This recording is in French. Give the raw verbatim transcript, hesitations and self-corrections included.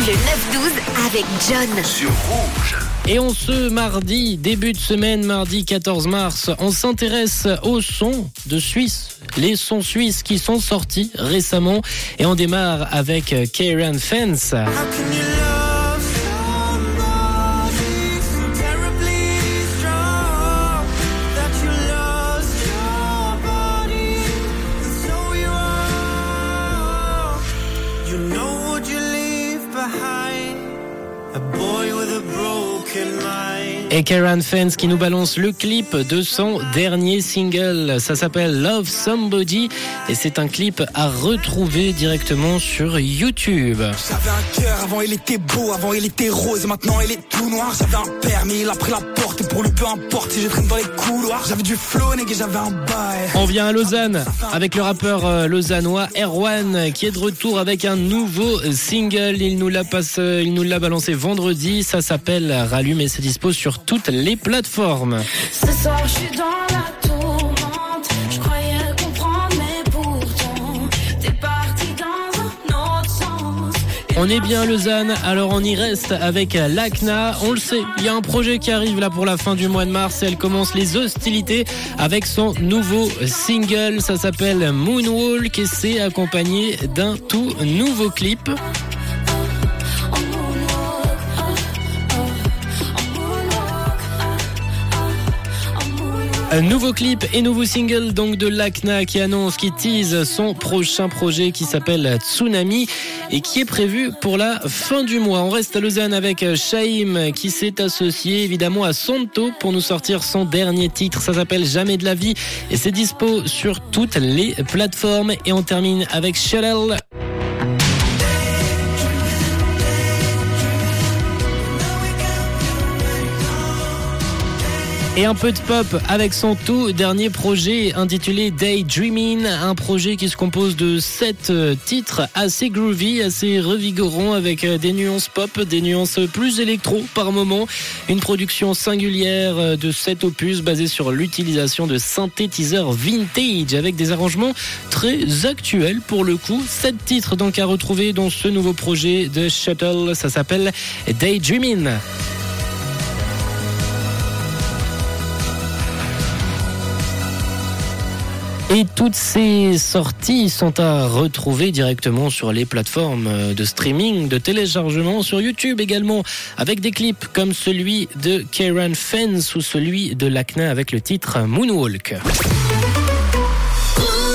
Le neuf douze avec John. Sur Rouge. Et on ce mardi, début de semaine, mardi quatorze mars, on s'intéresse aux sons de Suisse. Les sons suisses qui sont sortis récemment. Et on démarre avec Kieran Fence. Et Kieran Fence qui nous balance le clip de son dernier single. Ça s'appelle Love Somebody et c'est un clip à retrouver directement sur YouTube. J'avais un cœur, avant il était beau, avant il était rose, maintenant il est tout noir. J'avais un permis, il a pris la porte et pour lui peu importe si je traîne dans les couloirs. J'avais du flow, nègre, j'avais un bail. On vient à Lausanne avec le rappeur lausannois Erwan qui est de retour avec un nouveau single. Il nous l'a passé, il nous l'a balancé vendredi. Ça s'appelle Rallume et c'est dispo sur toutes les plateformes. Ce soir je suis dans la tourmente, je croyais comprendre mais pourtant t'es parti dans un autre sens. On est bien à Lausanne, alors on y reste avec Lakna. On le sait, il y a un projet qui arrive là pour la fin du mois de mars et elle commence les hostilités avec son nouveau single. Ça s'appelle Moonwalk et c'est accompagné d'un tout nouveau clip. Un nouveau clip et nouveau single donc de Lakna qui annonce, qui tease son prochain projet qui s'appelle Tsunami et qui est prévu pour la fin du mois. On reste à Lausanne avec Shaim qui s'est associé évidemment à Santo pour nous sortir son dernier titre. Ça s'appelle Jamais de la vie et c'est dispo sur toutes les plateformes. Et on termine avec Chanel. Et un peu de pop avec son tout dernier projet intitulé Daydreaming, un projet qui se compose de sept titres assez groovy, assez revigorants avec des nuances pop, des nuances plus électro par moment. Une production singulière de sept opus basée sur l'utilisation de synthétiseurs vintage avec des arrangements très actuels pour le coup. Sept titres donc à retrouver dans ce nouveau projet de Shuttle, ça s'appelle Daydreaming. Et toutes ces sorties sont à retrouver directement sur les plateformes de streaming, de téléchargement, sur YouTube également, avec des clips comme celui de Kieran Fence ou celui de Lakna avec le titre Moonwalk.